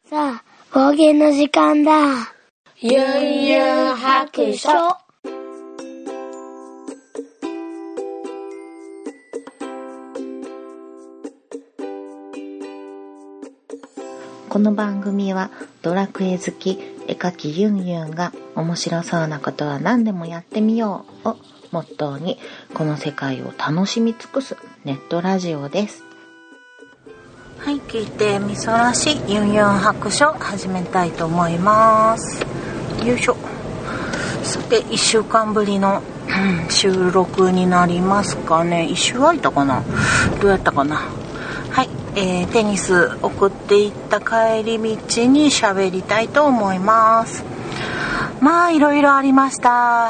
さあ、方言の時間だ。ゆんゆん白書。 この番組はドラクエ好き絵描きユンユンが面白そうなことは何でもやってみようをモットーにこの世界を楽しみ尽くすネットラジオです。はい、聞いてみそらしユンユン白書始めたいと思います。よいしょ。さて1週間ぶりの収録になりますかね。1週空いたかな、どうやったかな。はい、テニス送っていった帰り道に喋りたいと思います。まあいろいろありました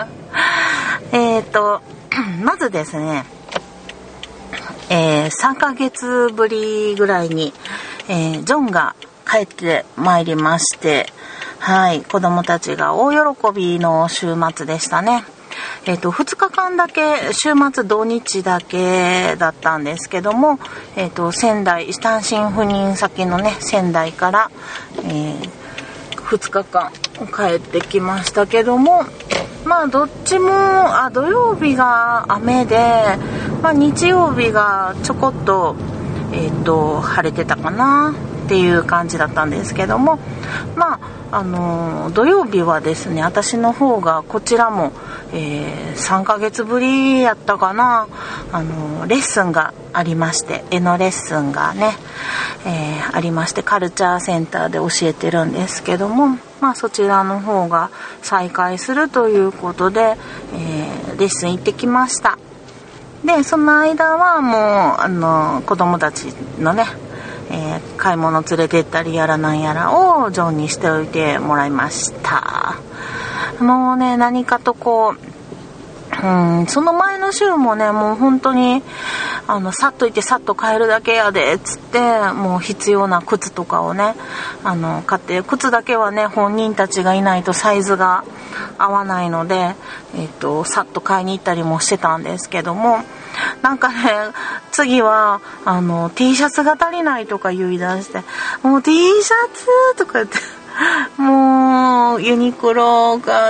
まずですね、3ヶ月ぶりぐらいに、ジョンが帰ってまいりまして、はい、子供たちが大喜びの週末でしたね。2日間だけ、週末土日だけだったんですけども、仙台、単身赴任先のね、仙台から、2日間帰ってきましたけども、まあどっちも土曜日が雨で、まあ、日曜日がちょこっと、晴れてたかなっていう感じだったんですけども、まあ土曜日はですね、私の方がこちらも、3ヶ月ぶりやったかな、レッスンがありまして、絵のレッスンがね、ありまして、カルチャーセンターで教えてるんですけども、まあそちらの方が再開するということで、レッスン行ってきました。でその間はもう子供たちのね、買い物連れてったりやらなんやらをジョンにしておいてもらいました。もうね、何かとこう、その前の週もね、もう本当にさっと行ってさっと帰るだけやでっつって、もう必要な靴とかをね買って、靴だけはね本人たちがいないとサイズが合わないので、さっと買いに行ったりもしてたんですけども、なんかね、次はT シャツが足りないとか言い出して、もう T シャツとか言ってもうユニクロか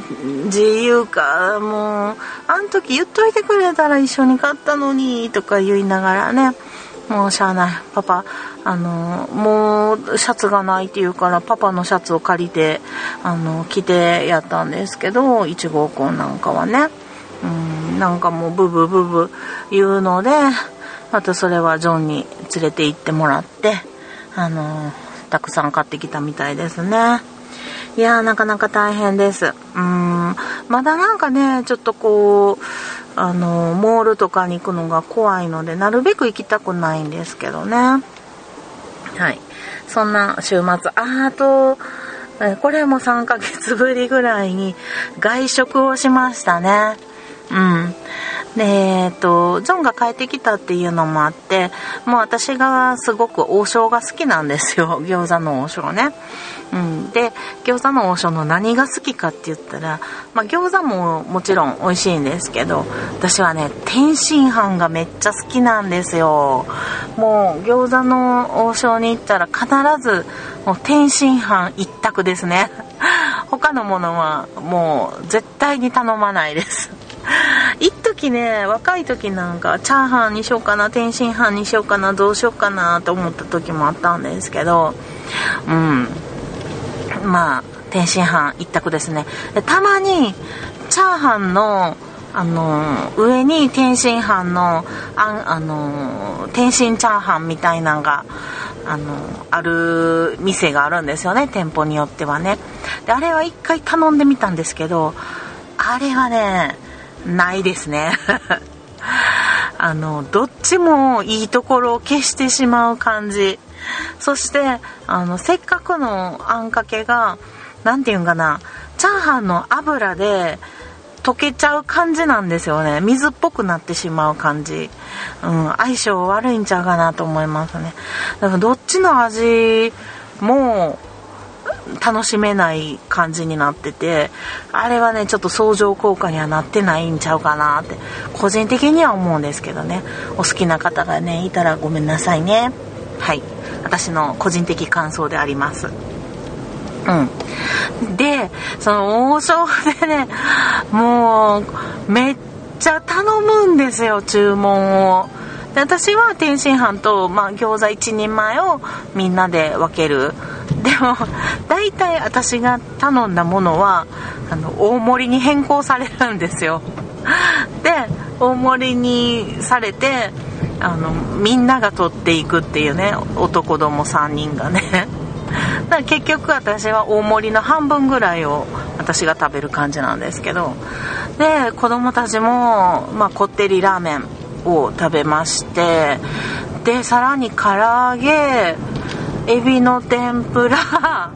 GU か、もうあん時言っといてくれたら一緒に買ったのにとか言いながらね、もうしゃあない、パパもうシャツがないって言うからパパのシャツを借りて着てやったんですけど、1号くんなんかはね、なんかもうブブブブ言うので、またそれはジョンに連れて行ってもらってたくさん買ってきたみたいですね。いやー、なかなか大変です。まだなんかね、ちょっとこうモールとかに行くのが怖いので、なるべく行きたくないんですけどね。はい、そんな週末、あとこれも3ヶ月ぶりぐらいに外食をしましたね。でジョンが帰ってきたっていうのもあって、もう私がすごく王将が好きなんですよ、餃子の王将ね。で餃子の王将の何が好きかって言ったら、まあ、餃子ももちろん美味しいんですけど、私はね天津飯がめっちゃ好きなんですよ。もう餃子の王将に行ったら必ずもう天津飯一択ですね他のものはもう絶対に頼まないです一時ね、若い時なんかチャーハンにしようかな、天津飯にしようかな、どうしようかなと思った時もあったんですけど、まあ天津飯一択ですね。でたまにチャーハンの上に天津飯の天津チャーハンみたいなのがある店があるんですよね、店舗によってはね。であれは一回頼んでみたんですけど、あれはねないですねどっちもいいところを消してしまう感じ。そしてせっかくのあんかけがなんていうんかな、チャーハンの油で溶けちゃう感じなんですよね。水っぽくなってしまう感じ、相性悪いんちゃうかなと思いますね。だからどっちの味も楽しめない感じになってて、あれはねちょっと相乗効果にはなってないんちゃうかなって個人的には思うんですけどね。お好きな方がねいたらごめんなさいね。はい、 私の個人的感想であります。でその王将でね、もうめっちゃ頼むんですよ、注文を。で私は天津飯と、餃子1人前をみんなで分ける。でも大体私が頼んだものは大盛りに変更されるんですよ。で大盛りにされてみんなが取っていくっていうね、男ども3人がね。だから結局私は大盛りの半分ぐらいを私が食べる感じなんですけど、で子供たちも、こってりラーメンを食べまして、でさらに唐揚げ、エビの天ぷら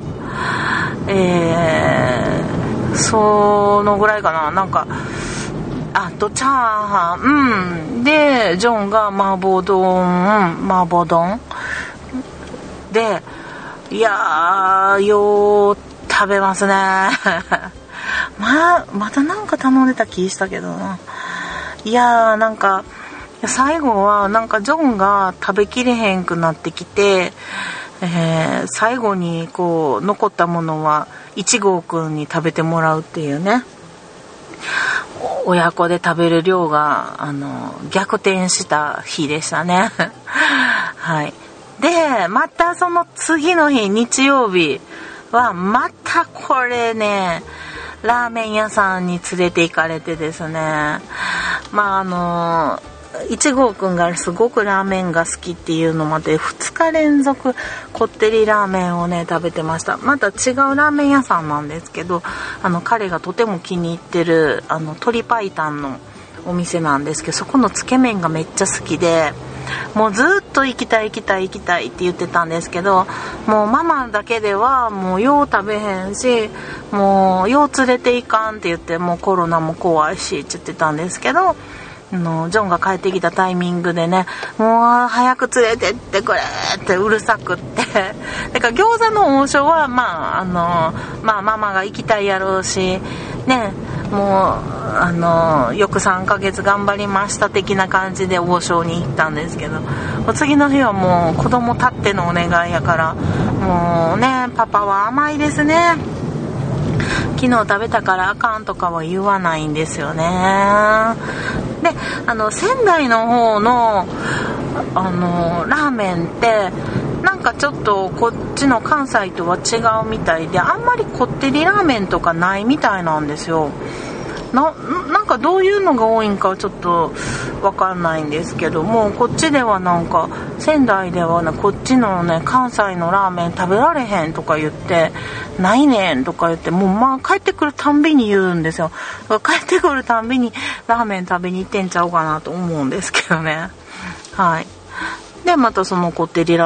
そのぐらいかな。なんかあとチャーハン、でジョンが麻婆丼で、いやーよう食べますね。またなんか頼んでた気したけどな。いやーなんか最後はなんかジョンが食べきれへんくなってきて、最後にこう残ったものは1号くんに食べてもらうっていうね、親子で食べる量が逆転した日でしたね。はい。でまたその次の日、日曜日はまたこれね、ラーメン屋さんに連れて行かれてですね、1号くんがすごくラーメンが好きっていうのまで2日連続こってりラーメンをね食べてました。また違うラーメン屋さんなんですけど、彼がとても気に入ってる鶏白湯のお店なんですけど、そこのつけ麺がめっちゃ好きで、もうずっと行きたいって言ってたんですけど、もうママだけではもうよう食べへんし、もうよう連れていかんって言って、もうコロナも怖いしって言ってたんですけど、ジョンが帰ってきたタイミングでね、もう早く連れてってくれってうるさくって、だから餃子の王将はママが行きたいやろうしね、もうよく3ヶ月頑張りました的な感じで王将に行ったんですけど、次の日はもう子供たってのお願いやから、もうねパパは甘いですね。昨日食べたからあかんとかは言わないんですよね。で仙台の方のラーメンってなんかちょっとこっちの関西とは違うみたいで、あんまりこってりラーメンとかないみたいなんですよ。なんかどういうのが多いんかはちょっとわかんないんですけども、こっちではなんか仙台ではこっちのね関西のラーメン食べられへんとか言って、ないねんとか言って、もう帰ってくるたんびに言うんですよ。帰ってくるたんびにラーメン食べに行ってんちゃうかなと思うんですけどね。はい。でまたそのこってり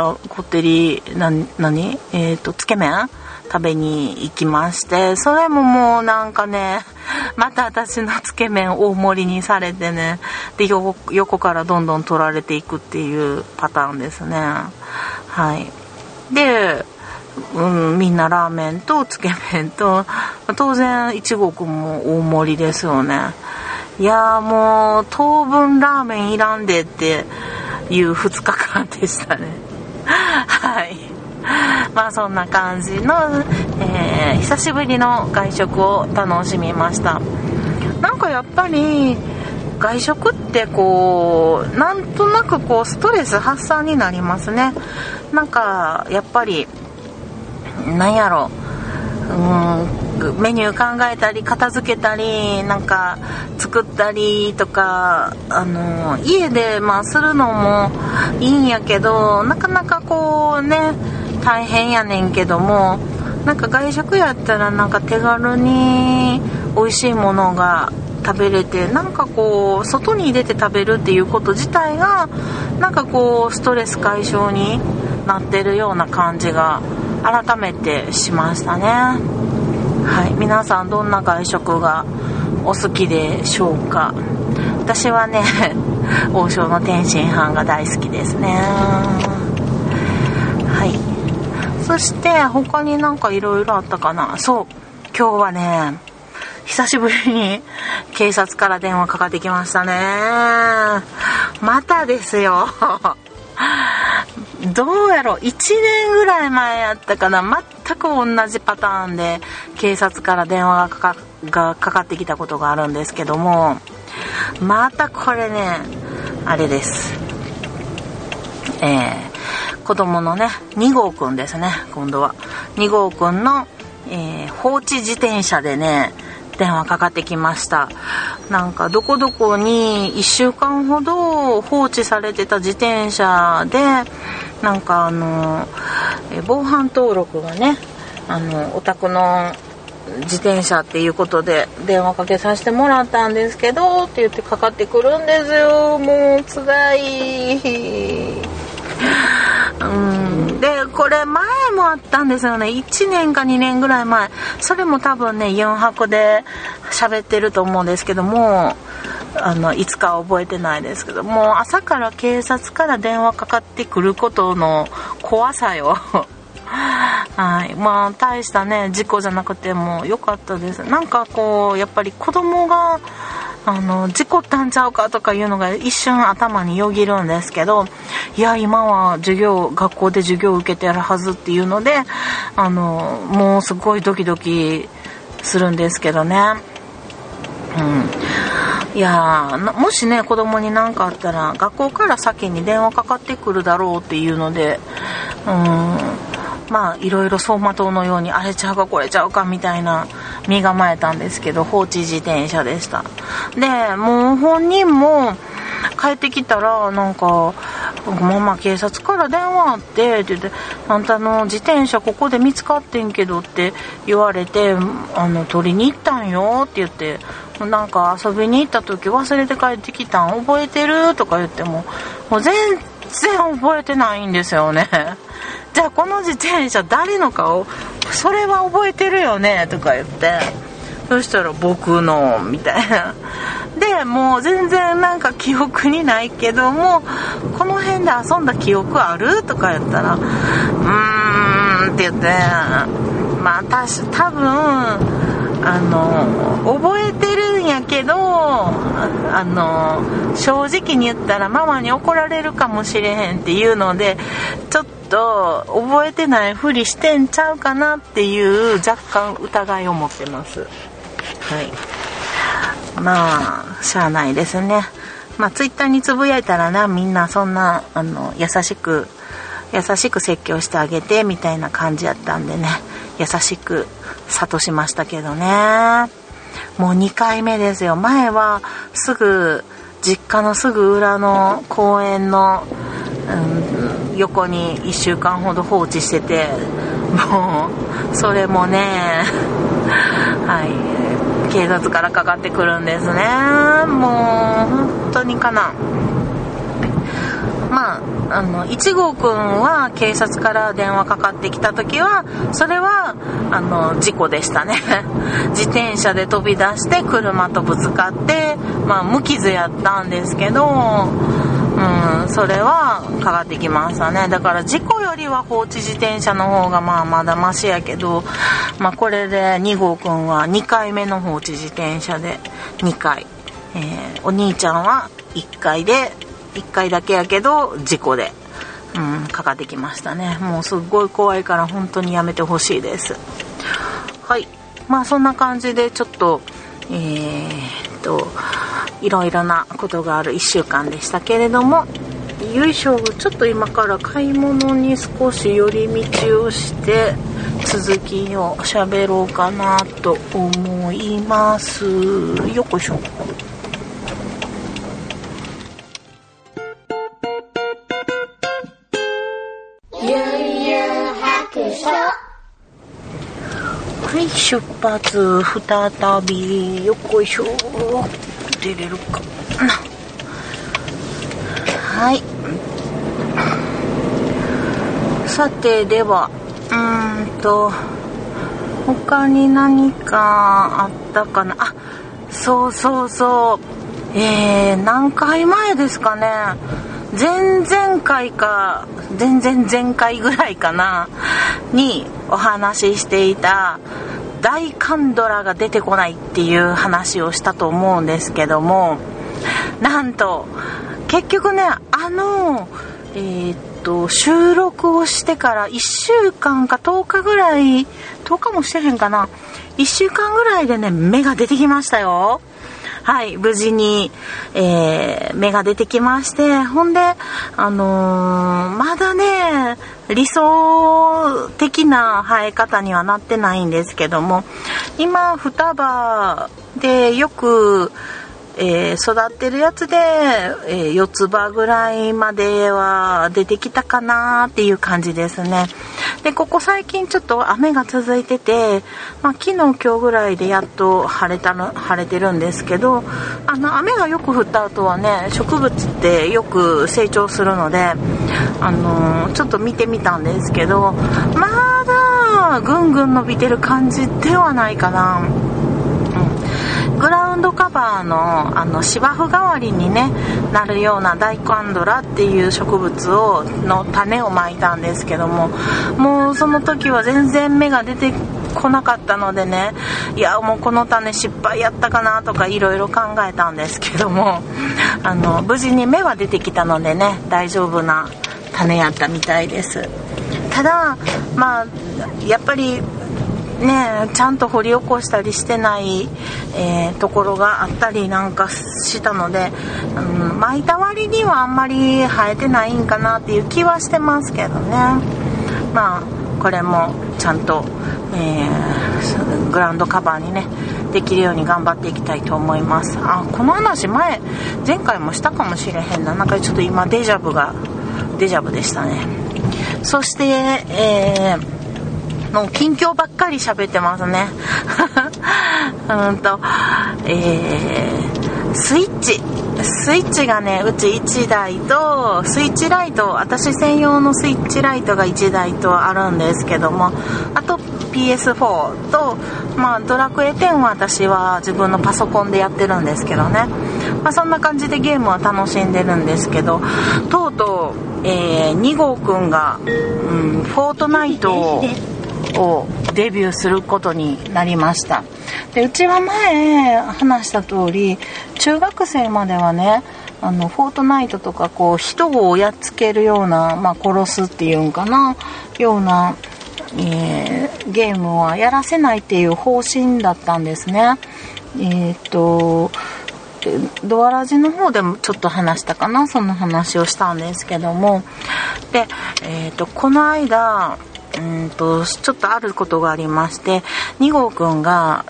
つけ麺食べに行きまして、それももうなんかね、また私のつけ麺大盛りにされてね、で横からどんどん取られていくっていうパターンですね。はい。で、みんなラーメンとつけ麺と、当然1号くんも大盛りですよね。いやもう当分ラーメンいらんでっていう2日間でしたね。はい。そんな感じの、久しぶりの外食を楽しみました。なんかやっぱり外食ってこうなんとなくこうストレス発散になりますね。なんかやっぱりなんやろ、メニュー考えたり片付けたりなんか作ったりとか家でするのもいいんやけど、なかなかこうね大変やねんけども、なんか外食やったらなんか手軽に美味しいものが食べれて、なんかこう外に出て食べるっていうこと自体がなんかこうストレス解消になってるような感じが改めてしましたね。はい、皆さんどんな外食がお好きでしょうか。私はね王将の天津飯が大好きですね。はい。そして他になんかいろいろあったかな。そう、今日はね久しぶりに警察から電話かかってきましたね。またですよどうやろう、1年ぐらい前やったかな、全く同じパターンで警察から電話がかかってきたことがあるんですけども、またこれね、あれです。子供のね、2号くんですね。今度は2号くんの、放置自転車でね、電話かかってきました。なんかどこどこに1週間ほど放置されてた自転車で、なんか防犯登録がね、お宅の自転車っていうことで電話かけさせてもらったんですけどって言ってかかってくるんですよ。もうつらい。でこれ前もあったんですよね。1年か2年ぐらい前。それも多分ね4泊で喋ってると思うんですけども、いつかは覚えてないですけども、朝から警察から電話かかってくることの怖さよはい、まあ大したね事故じゃなくてもよかったです。なんかこうやっぱり子供が事故ったんちゃうかとかいうのが一瞬頭によぎるんですけど、いや今は学校で授業を受けてやるはずっていうのでもうすごいドキドキするんですけどね。いやもしね子供に何かあったら学校から先に電話かかってくるだろうっていうので、まあいろいろ走馬灯のようにあれちゃうかこれちゃうかみたいな身構えたんですけど、放置自転車でした。でもう本人も帰ってきたらなんかママ警察から電話あってって言って、あんたの自転車ここで見つかってんけどって言われて取りに行ったんよって言って、なんか遊びに行った時忘れて帰ってきたん覚えてるとか言ってもう全然覚えてないんですよね。じゃあこの自転車誰のかをそれは覚えてるよねとか言って、そしたら僕のみたいなでもう全然なんか記憶にないけどもこの辺で遊んだ記憶あるとか言ったらって言って、まあ多分覚えてるんやけど正直に言ったらママに怒られるかもしれへんっていうのでちょっと覚えてないふりしてんちゃうかなっていう若干疑いを持ってます。はい、まあしゃあないですね。まあツイッターにつぶやいたらな、みんなそんな優しく説教してあげてみたいな感じやったんでね、優しく諭しましたけどね。もう2回目ですよ。前はすぐ実家のすぐ裏の公園の、横に1週間ほど放置してて、もうそれもねはい警察からかかってくるんですね。もう本当にかな。まあ1号くんは警察から電話かかってきた時はそれは事故でしたね。自転車で飛び出して車とぶつかって、まあ無傷やったんですけど、それはかかってきましたね。だから事故よりは放置自転車の方がまあまだマシやけど、まあこれで2号くんは2回目の放置自転車で2回、お兄ちゃんは1回だけやけど事故で、かかってきましたね。もうすっごい怖いから本当にやめてほしいです。はい、まあそんな感じでちょっといろいろなことがある1週間でしたけれども、よいしょ、ちょっと今から買い物に少し寄り道をして続きを喋ろうかなと思います。よっこいしょ。はい、出発再び。よっこいしょ。出れるかな。はい、さてでは他に何かあったかな。あ、そう何回前ですかね、前々回か前回ぐらいかなにお話ししていた大カンドラが出てこないっていう話をしたと思うんですけども、なんと結局ね収録をしてから1週間か10日ぐらい、10日もしてへんかな、1週間ぐらいでね、芽が出てきましたよ。はい、無事に、芽が出てきまして、ほんで、まだね、理想的な生え方にはなってないんですけども、今双葉でよく、育ってるやつで、4つ葉ぐらいまでは出てきたかなっていう感じですね。で、ここ最近ちょっと雨が続いてて、昨日今日ぐらいでやっと晴れてるんですけど、雨がよく降った後はね、植物ってよく成長するので、ちょっと見てみたんですけど、まだぐんぐん伸びてる感じではないかな。グラウンドカバーの芝生代わりにねなるようなダイコアンドラっていう植物の種をまいたんですけども、もうその時は全然芽が出てこなかったのでね、いやもうこの種失敗やったかなとかいろいろ考えたんですけども、無事に芽は出てきたのでね、大丈夫な種やったみたいです。ただやっぱりね、ちゃんと掘り起こしたりしてない、ところがあったりなんかしたので、巻いた割にはあんまり生えてないんかなっていう気はしてますけどね。これもちゃんと、グラウンドカバーにねできるように頑張っていきたいと思います。この話前回もしたかもしれへんな。なんかちょっと今デジャブでしたね。そして、もう近況ばっかり喋ってますね。スイッチがね、うち1台とスイッチライト、私専用のスイッチライトが1台とあるんですけども、あと PS4 と、ドラクエ10は私は自分のパソコンでやってるんですけどね、そんな感じでゲームは楽しんでるんですけど、とうとう、2号くんが、フォートナイトをデビューすることになりました。で、うちは前話した通り、中学生まではね、フォートナイトとか人をやっつけるような、殺すっていうんかな、ような、ゲームはやらせないっていう方針だったんですね。ドアラジの方でもちょっと話したかな、そんな話をしたんですけども、で、この間ちょっとあることがありまして、2号くんが、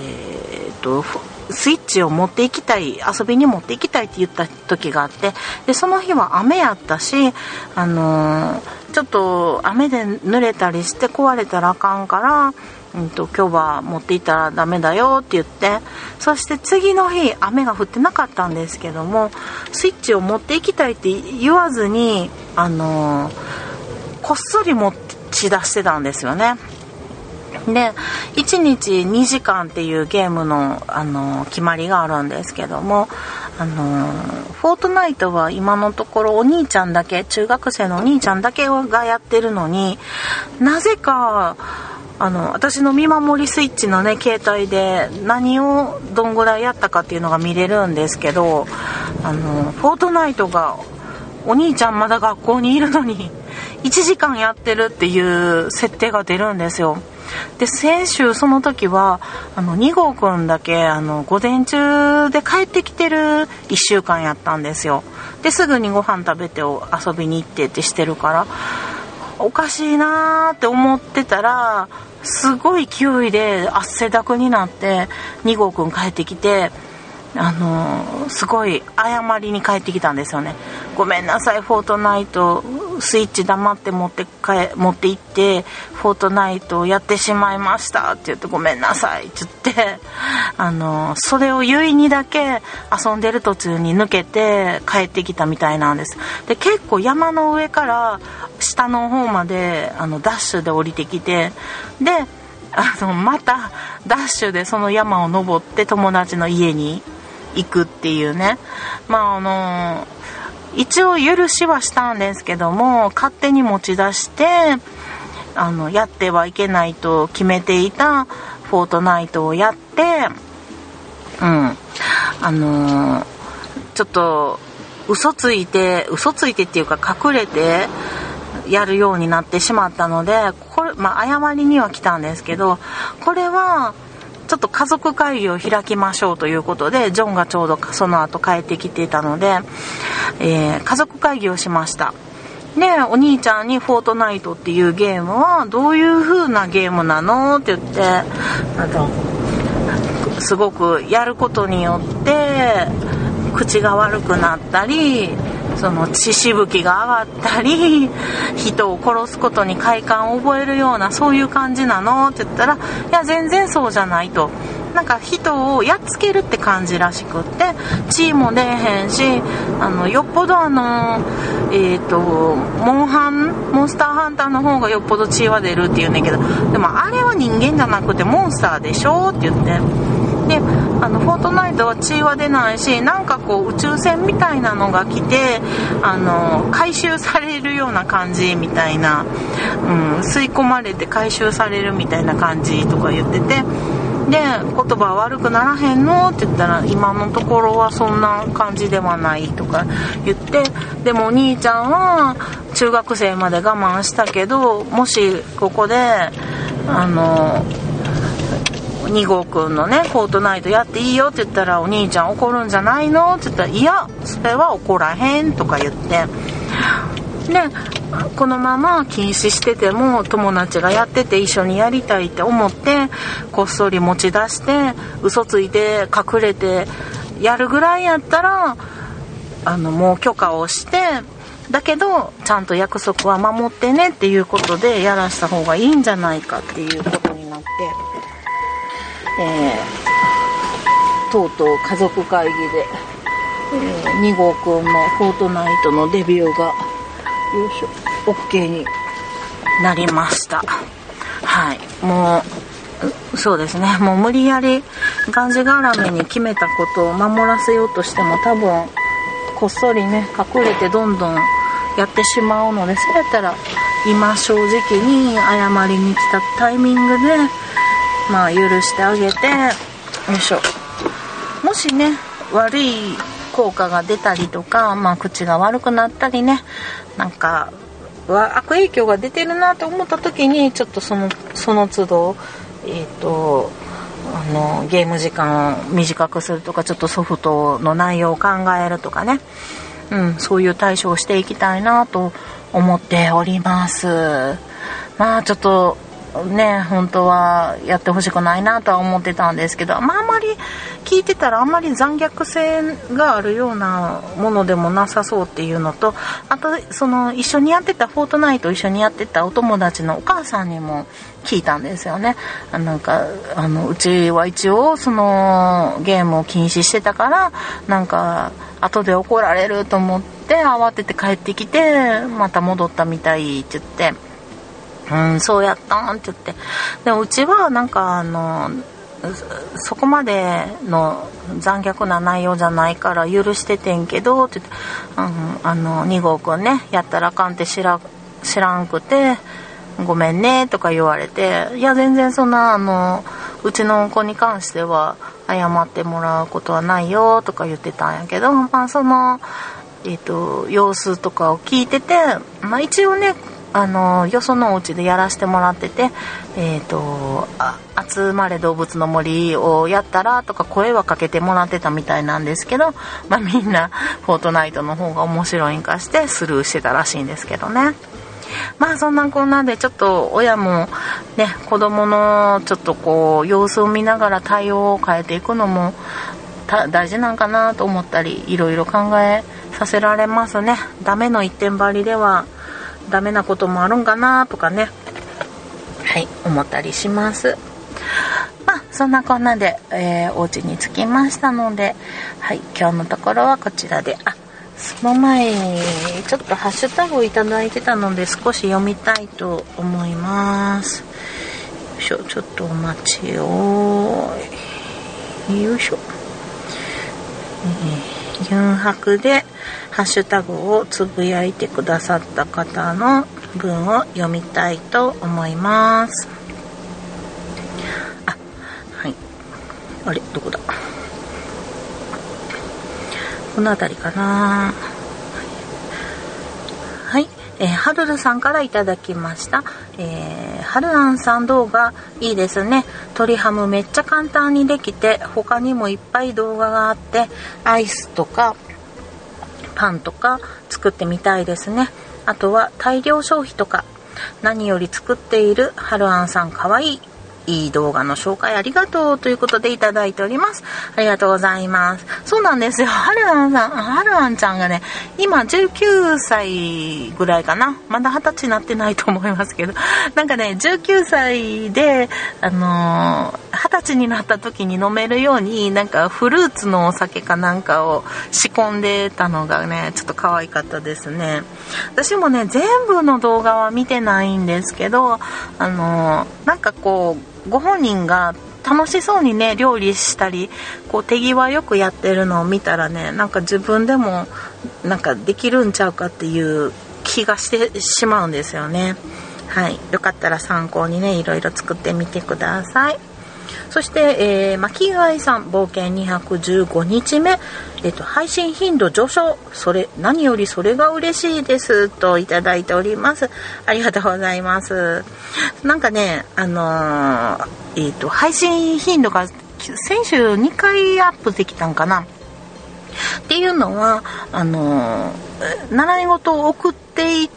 スイッチを持っていきたい、遊びに持っていきたいって言った時があって、でその日は雨やったし、ちょっと雨で濡れたりして壊れたらあかんから、今日は持っていったらダメだよって言って、そして次の日雨が降ってなかったんですけども、スイッチを持っていきたいって言わずにこっそり持ち出してたんですよね。で、1日2時間っていうゲームの、決まりがあるんですけども、フォートナイトは今のところお兄ちゃんだけ、中学生のお兄ちゃんだけがやってるのに、なぜか私の見守りスイッチのね携帯で何をどんぐらいやったかっていうのが見れるんですけど、フォートナイトがお兄ちゃんまだ学校にいるのに1時間やってるっていう設定が出るんですよ。で、先週その時は2号くんだけ午前中で帰ってきてる1週間やったんですよ。ですぐにご飯食べて遊びに行ってってしてるから、おかしいなーって思ってたら、すごい勢いで汗だくになって2号くん帰ってきて、すごい謝りに帰ってきたんですよね。ごめんなさい、フォートナイトスイッチ黙って持って行ってフォートナイトをやってしまいましたって言って、ごめんなさいって言って、それを言いにだけ遊んでる途中に抜けて帰ってきたみたいなんです。で、結構山の上から下の方までダッシュで降りてきて、でまたダッシュでその山を登って友達の家に行くっていうね。一応許しはしたんですけども、勝手に持ち出してやってはいけないと決めていたフォートナイトをやって、ちょっと嘘ついてっていうか隠れてやるようになってしまったので、これ、謝りには来たんですけど、これはちょっと家族会議を開きましょうということで、ジョンがちょうどその後帰ってきていたので、家族会議をしました。で、お兄ちゃんにフォートナイトっていうゲームはどういう風なゲームなのって言って、すごくやることによって口が悪くなったり、その血しぶきが上がったり、人を殺すことに快感を覚えるような、そういう感じなのって言ったら、いや全然そうじゃないと、なんか人をやっつけるって感じらしくって、血も出へんし、よっぽどモンスターハンターの方がよっぽど血は出るって言うねんけど、でもあれは人間じゃなくてモンスターでしょって言って、でフォートナイトは血は出ないし、なんかこう宇宙船みたいなのが来て回収されるような感じみたいな、吸い込まれて回収されるみたいな感じとか言ってて、で言葉悪くならへんのって言ったら、今のところはそんな感じではないとか言って、でもお兄ちゃんは中学生まで我慢したけど、もしここで2号くんのねフォートナイトやっていいよって言ったら、お兄ちゃん怒るんじゃないのって言ったら、いやそれは怒らへんとか言って、でこのまま禁止してても友達がやってて一緒にやりたいって思って、こっそり持ち出して嘘ついて隠れてやるぐらいやったらもう許可をして、だけどちゃんと約束は守ってねっていうことでやらした方がいいんじゃないかっていうことになって、とうとう家族会議で、2号くんのフォートナイトのデビューがOK になりました。はい、もうそうですね、もう無理やりがんじがらめに決めたことを守らせようとしても、多分こっそりね隠れてどんどんやってしまうので、そうやったら今正直に謝りに来たタイミングで許してあげて、よいしょ、もしね悪い効果が出たりとか、口が悪くなったりね、なんか悪影響が出てるなと思った時に、ちょっとその都度ゲーム時間を短くするとか、ちょっとソフトの内容を考えるとかね、そういう対処をしていきたいなと思っております。ちょっとね、本当はやってほしくないなとは思ってたんですけど、あんまり聞いてたらあんまり残虐性があるようなものでもなさそうっていうのと、あとその一緒にやってたフォートナイト一緒にやってたお友達のお母さんにも聞いたんですよね。なんかうちは一応そのゲームを禁止してたから、なんか後で怒られると思って慌てて帰ってきてまた戻ったみたいって言って、そうやったんって言って、でうちはなんかそこまでの残虐な内容じゃないから許しててんけどって言って、2号くんねやったらあかんって知らんくてごめんねとか言われて、いや全然そんなうちの子に関しては謝ってもらうことはないよとか言ってたんやけど、その様子とかを聞いてて、一応ねよそのお家でやらせてもらってて、集まれ動物の森をやったらとか声はかけてもらってたみたいなんですけど、みんなフォートナイトの方が面白いんかしてスルーしてたらしいんですけどね。そんなこんなでちょっと親もね、子供のちょっとこう様子を見ながら対応を変えていくのも大事なんかなと思ったり、いろいろ考えさせられますね。ダメの一点張りではダメなこともあるんかなとかね、思ったりします。そんなこんなで、お家に着きましたので、今日のところはこちらで、その前にちょっとハッシュタグをいただいてたので少し読みたいと思います。よいしょ、ちょっとお待ちを。よいしょ。ユンハクでハッシュタグをつぶやいてくださった方の文を読みたいと思います。あれどこだ、この辺りかな。 はるるさんからいただきました。はるあんさん動画いいですね。鶏ハムめっちゃ簡単にできて、他にもいっぱい動画があって、アイスとかパンとか作ってみたいですね。あとは大量消費とか、何より作っているはるあんさんかわいい。いい動画の紹介ありがとうということでいただいております。ありがとうございます。そうなんですよ。はるあんちゃんがね、今19歳ぐらいかな。まだ20歳になってないと思いますけど、なんかね、19歳で、20歳になった時に飲めるように、なんかフルーツのお酒かなんかを仕込んでたのがね、ちょっと可愛かったですね。私もね、全部の動画は見てないんですけど、なんかこう、ご本人が楽しそうにね料理したりこう手際よくやってるのを見たらね、なんか自分でもなんかできるんちゃうかっていう気がしてしまうんですよね。はい、よかったら参考にねいろいろ作ってみてください。そして、巻貝さん冒険215日目、配信頻度上昇、何よりそれが嬉しいですといただいております。ありがとうございます。なんかね、配信頻度が先週2回アップできたんかなっていうのは、習い事を送っていって、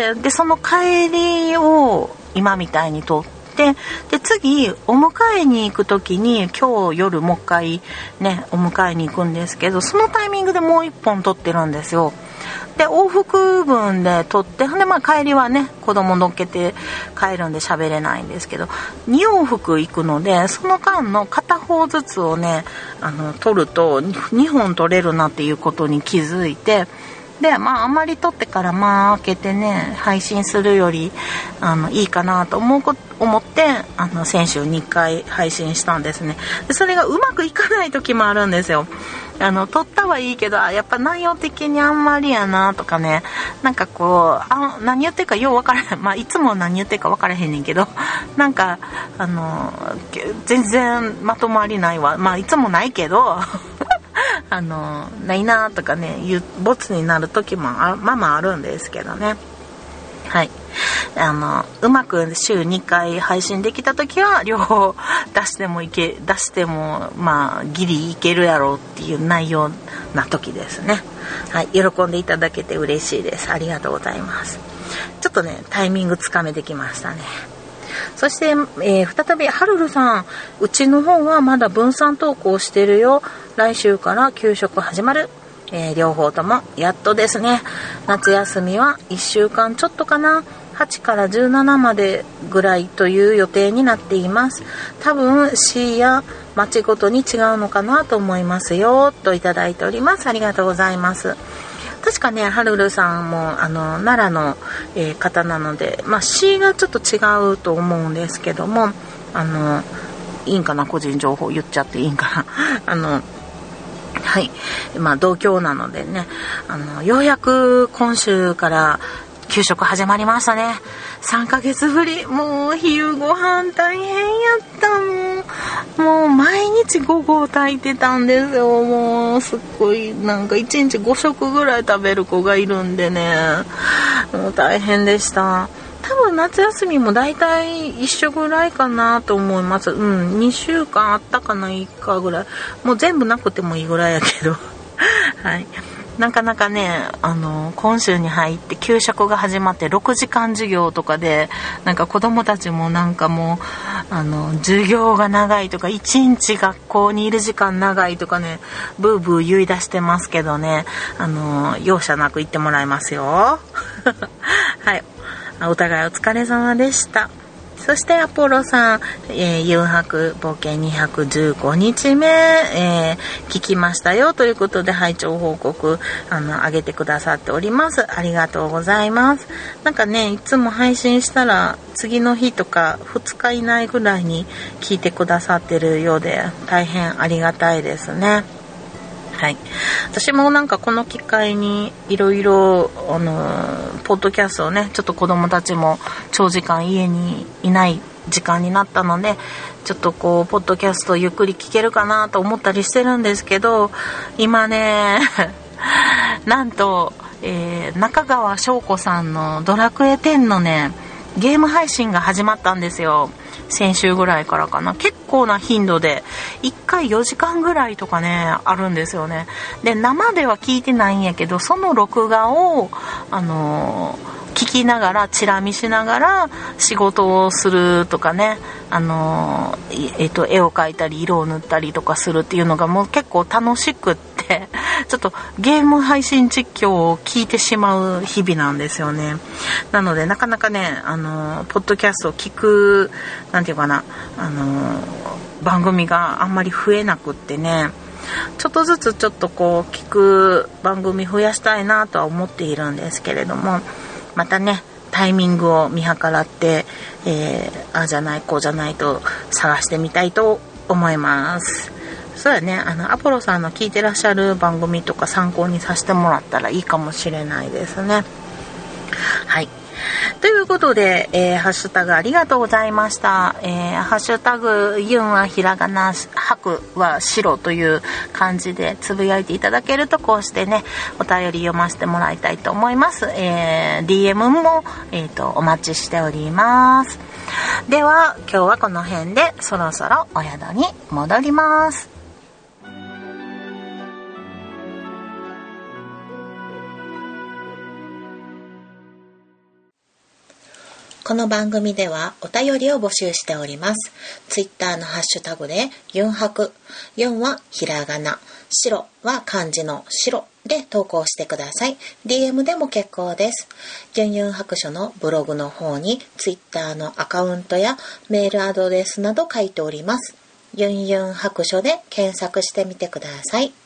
でその帰りを今みたいに撮ってで次お迎えに行く時に今日夜もう一回ねお迎えに行くんですけど、そのタイミングでもう一本撮ってるんですよ。で往復分で撮って、で帰りはね子供乗っけて帰るんで喋れないんですけど、2往復行くのでその間の片方ずつをね撮ると2本撮れるなっていうことに気づいて、であんまり撮ってから開けてね配信するよりいいかなと思って先週2回配信したんですね。でそれがうまくいかない時もあるんですよ。撮ったはいいけどやっぱ内容的にあんまりやなとかね、なんかこう何言ってるかよう分からへん、いつも何言ってるか分からへんねんけど、なんか全然まとまりないわ、いつもないけどないなとかねボツになる時もあるんですけどね。はい、うまく週2回配信できた時は両方出してもギリいけるやろうっていう内容な時ですね。はい、喜んでいただけて嬉しいです。ありがとうございます。ちょっとねタイミングつかめてきましたね。そして、再びはるるさん、うちの方はまだ分散登校してるよ。来週から給食始まる。両方ともやっとですね。夏休みは1週間ちょっとかな。8から17までぐらいという予定になっています。多分市や町ごとに違うのかなと思いますよといただいております。ありがとうございます。確かねはるるさんも奈良の、方なので、市がちょっと違うと思うんですけども、いいんかな、個人情報言っちゃっていいんかなはい、同郷なのでね、ようやく今週から給食始まりましたね。3ヶ月ぶり。もう昼ご飯大変やったもう毎日午後炊いてたんですよ。もうすっごいなんか1日5食ぐらい食べる子がいるんでね、もう大変でした。多分夏休みもだいたい一緒ぐらいかなと思います。2週間あったかな、1かぐらい。もう全部なくてもいいぐらいやけどはい、なかなかね今週に入って給食が始まって6時間授業とかで、なんか子供たちもなんかもう授業が長いとか1日学校にいる時間長いとかねブーブー言い出してますけどね、容赦なく言ってもらいますよはい、お互いお疲れ様でした。そしてアポロさん、誘白冒険215日目、聞きましたよということで拝聴報告上げてくださっております。ありがとうございます。なんかねいつも配信したら次の日とか2日以内ぐらいに聞いてくださってるようで大変ありがたいですね。はい、私もなんかこの機会にいろいろポッドキャストをね、ちょっと子供たちも長時間家にいない時間になったので、ちょっとこうポッドキャストゆっくり聞けるかなと思ったりしてるんですけど、今ねなんと中川翔子さんのドラクエ10のねゲーム配信が始まったんですよ。先週ぐらいからかな。結構な頻度で1回4時間ぐらいとかねあるんですよね。で生では聞いてないんやけど、その録画を聞きながらチラ見しながら仕事をするとかね、絵を描いたり色を塗ったりとかするっていうのがもう結構楽しくってちょっとゲーム配信実況を聞いてしまう日々なんですよね。なのでなかなかねポッドキャストを聞くなんていうかな番組があんまり増えなくってね、ちょっとずつちょっとこう聞く番組増やしたいなとは思っているんですけれども、またねタイミングを見計らって、ああじゃないこうじゃないと探してみたいと思います。そうやね、アポロさんの聞いてらっしゃる番組とか参考にさせてもらったらいいかもしれないですね。はい、ということで、ハッシュタグありがとうございました。ハッシュタグユンはひらがな、白は白という感じでつぶやいていただけると、こうしてねお便り読ませてもらいたいと思います。DM も、お待ちしております。では今日はこの辺でそろそろお宿に戻ります。この番組ではお便りを募集しております。ツイッターのハッシュタグでユンハク、ユンはひらがな、白は漢字の白で投稿してください。 DM でも結構です。ユンユン白書のブログの方にツイッターのアカウントやメールアドレスなど書いております。ユンユン白書で検索してみてください。